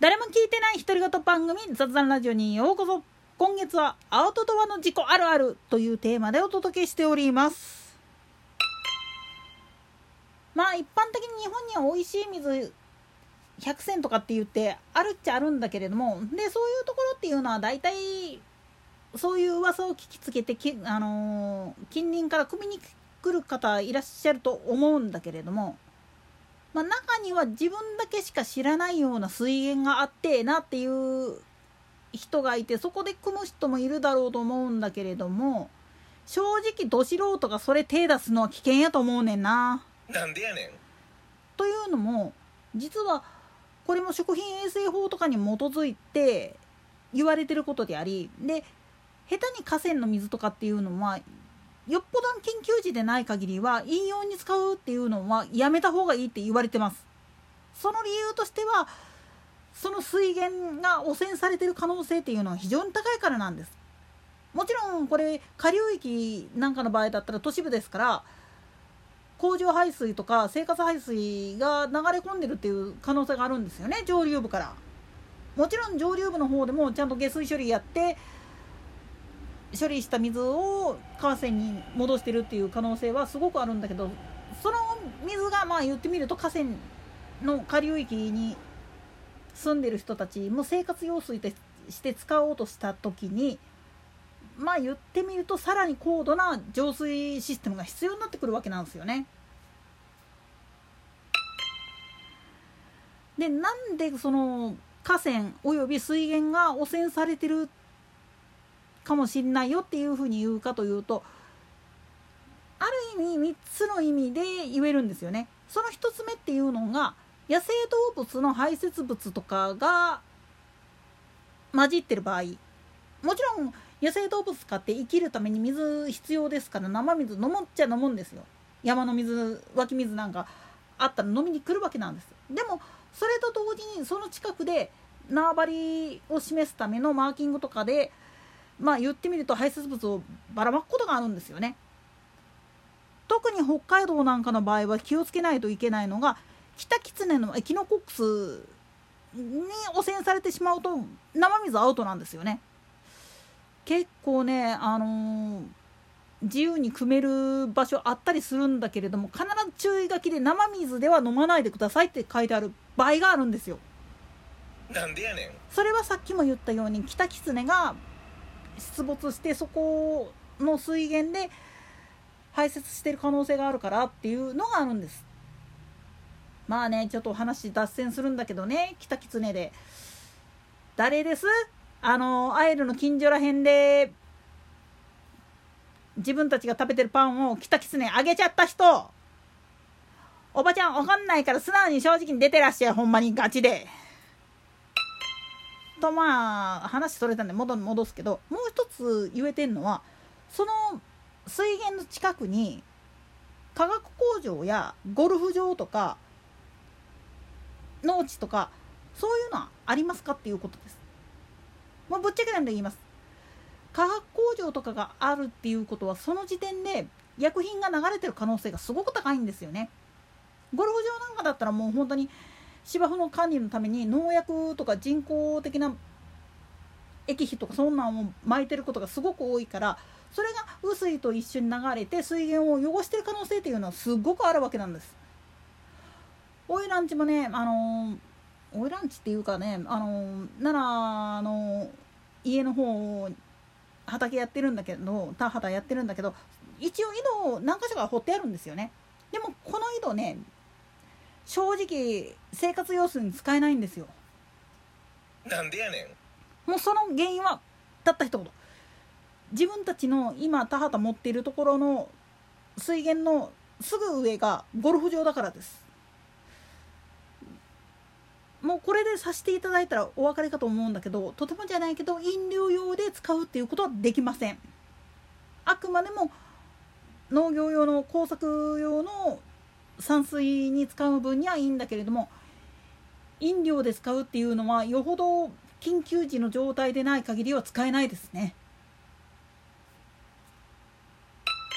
誰も聞いてない独り言番組雑談ラジオにようこそ。今月はアウトドアの事故あるあるというテーマでお届けしております。まあ一般的に日本には美味しい水100選とかって言ってあるっちゃあるんだけれども、でそういうところっていうのは大体そういう噂を聞きつけて近隣から汲みに来る方いらっしゃると思うんだけれども、中には自分だけしか知らないような水源があってなっていう人がいて、そこで汲む人もいるだろうと思うんだけれども、正直ど素人がそれ手出すのは危険やと思うねんな。 なんでやねん。 というのも実はこれも食品衛生法とかに基づいて言われてることであり、で下手に河川の水とかっていうのはよっぽどの緊急時でない限りは飲用に使うっていうのはやめた方がいいって言われてます。その理由としてはその水源が汚染されている可能性っていうのは非常に高いからなんです。もちろんこれ下流域なんかの場合だったら都市部ですから、工場排水とか生活排水が流れ込んでるっていう可能性があるんですよね、上流部から。もちろん上流部の方でもちゃんと下水処理やって処理した水を河川に戻してるっていう可能性はすごくあるんだけど、その水が言ってみると河川の下流域に住んでる人たちも生活用水として使おうとした時に、言ってみるとさらに高度な浄水システムが必要になってくるわけなんですよね。でなんでその河川および水源が汚染されてるかもしれないよっていうふうに言うかというと、ある意味3つの意味で言えるんですよね。その1つ目っていうのが野生動物の排泄物とかが混じってる場合、もちろん野生動物使って生きるために水必要ですから、生水飲むっちゃ飲むんですよ。山の水、湧き水なんかあったら飲みに来るわけなんです。でもそれと同時にその近くで縄張りを示すためのマーキングとかで言ってみると排泄物をばらまくことがあるんですよね。特に北海道なんかの場合は気をつけないといけないのが、キタキツネのエキノコックスに汚染されてしまうと生水アウトなんですよね。結構ね、自由に汲める場所あったりするんだけれども、必ず注意書きで生水では飲まないでくださいって書いてある場合があるんですよ。 なんでやねん。 それはさっきも言ったようにキタキツネが出没してそこの水源で排泄している可能性があるからっていうのがあるんです。ちょっと話脱線するんだけどね、キタキツネで誰です？アイルの近所らへんで自分たちが食べてるパンをキタキツネあげちゃった人、おばちゃんわかんないから素直に正直に出てらっしゃい、ほんまにガチでと。話それたんで戻すけど、もう一つ言えてんのは、その水源の近くに化学工場やゴルフ場とか農地とかそういうのはありますかっていうことです。もうぶっちゃけなんで言います。化学工場とかがあるっていうことは、その時点で薬品が流れてる可能性がすごく高いんですよね。ゴルフ場なんかだったらもう本当に芝生の管理のために農薬とか人工的な液肥とかそんなんを撒いてることがすごく多いから、それが雨水と一緒に流れて水源を汚してる可能性っていうのはすごくあるわけなんです。オイランチもね、オイランチっていうかね、奈良の家の方畑やってるんだけど、田畑やってるんだけど、一応井戸何か所か掘ってあるんですよね。でもこの井戸ね、正直生活用水に使えないんですよ。 なんでやねん。 もうその原因はたった一言、自分たちの今田畑持っているところの水源のすぐ上がゴルフ場だからです。もうこれでさせていただいたらお分かりかと思うんだけど、とてもじゃないけど飲料用で使うっていうことはできません。あくまでも農業用の工作用の散水に使う分にはいいんだけれども、飲料で使うっていうのはよほど緊急時の状態でない限りは使えないですね。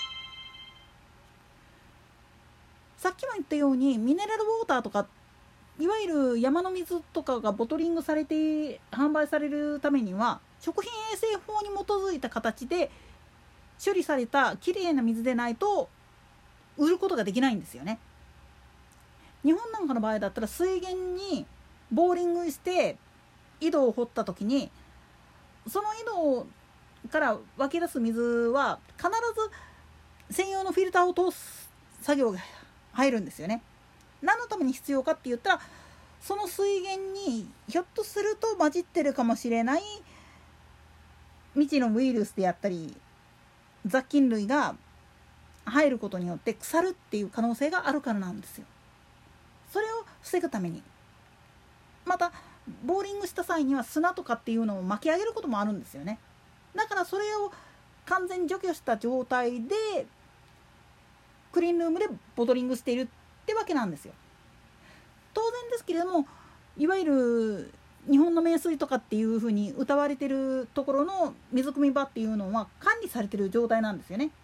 さっきも言ったようにミネラルウォーターとかいわゆる山の水とかがボトリングされて販売されるためには食品衛生法に基づいた形で処理されたきれいな水でないと売ることができないんですよね。日本なんかの場合だったら水源にボーリングして井戸を掘った時にその井戸から湧き出す水は必ず専用のフィルターを通す作業が入るんですよね。何のために必要かって言ったらその水源にひょっとすると混じってるかもしれない未知のウイルスであったり雑菌類が入ることによって腐るっていう可能性があるからなんですよ。それを防ぐためにまたボーリングした際には砂とかっていうのを巻き上げることもあるんですよね。だからそれを完全に除去した状態でクリーンルームでボトリングしているってわけなんですよ。当然ですけれどもいわゆる日本の名水とかっていうふうに謳われてるところの水汲み場っていうのは管理されてる状態なんですよね。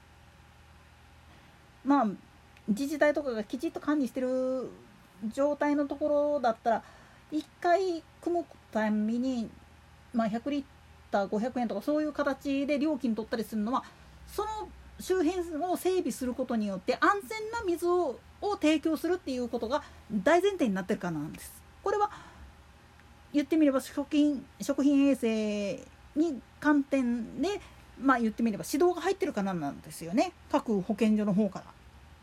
まあ自治体とかがきちっと管理してる状態のところだったら1回汲むたびに、100リッター500円とかそういう形で料金取ったりするのはその周辺を整備することによって安全な水を提供するっていうことが大前提になってるからなんです。これは言ってみれば食品衛生に観点で、言ってみれば指導が入ってるからなんですよね。各保健所の方から。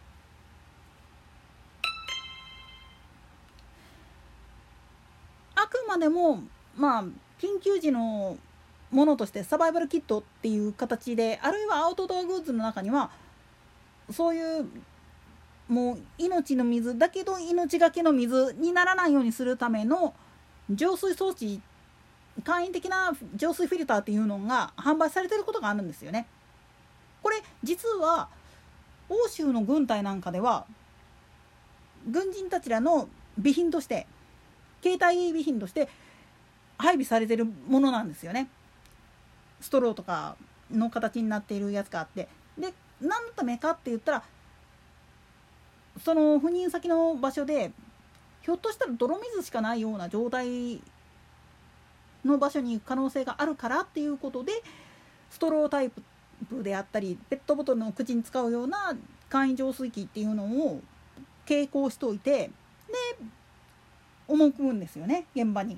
あくまでも緊急時のものとしてサバイバルキットっていう形であるいはアウトドアグッズの中にはそういうもう命の水だけど命がけの水にならないようにするための浄水装置簡易的な浄水フィルターっていうのが販売されていることがあるんですよね。これ実は欧州の軍隊なんかでは軍人たちらの備品として携帯備品として配備されているものなんですよね。ストローとかの形になっているやつがあってで何のためかって言ったらその赴任先の場所でひょっとしたら泥水しかないような状態の場所に行く可能性があるからっていうことでストロータイプであったりペットボトルの口に使うような簡易浄水器っていうのを携行しておいてで赴くんですよね現場に。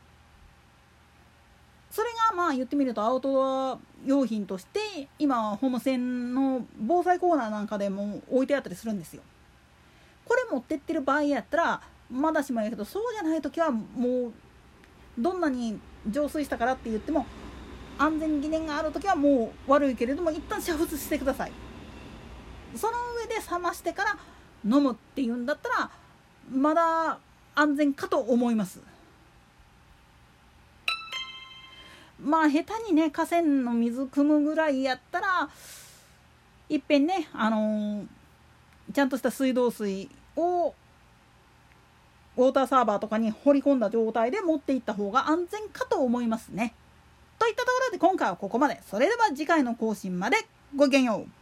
それが言ってみるとアウトドア用品として今ホームセンの防災コーナーなんかでも置いてあったりするんですよ。これ持ってってる場合やったらまだしもやけどそうじゃない時はもうどんなに浄水したからって言っても安全疑念がある時はもう悪いけれども一旦煮沸してください。その上で冷ましてから飲むっていうんだったらまだ安全かと思います。下手にね河川の水汲むぐらいやったらいっぺんねちゃんとした水道水をウォーターサーバーとかに放り込んだ状態で持っていった方が安全かと思いますね。といったところで今回はここまで。それでは次回の更新までごきげんよう。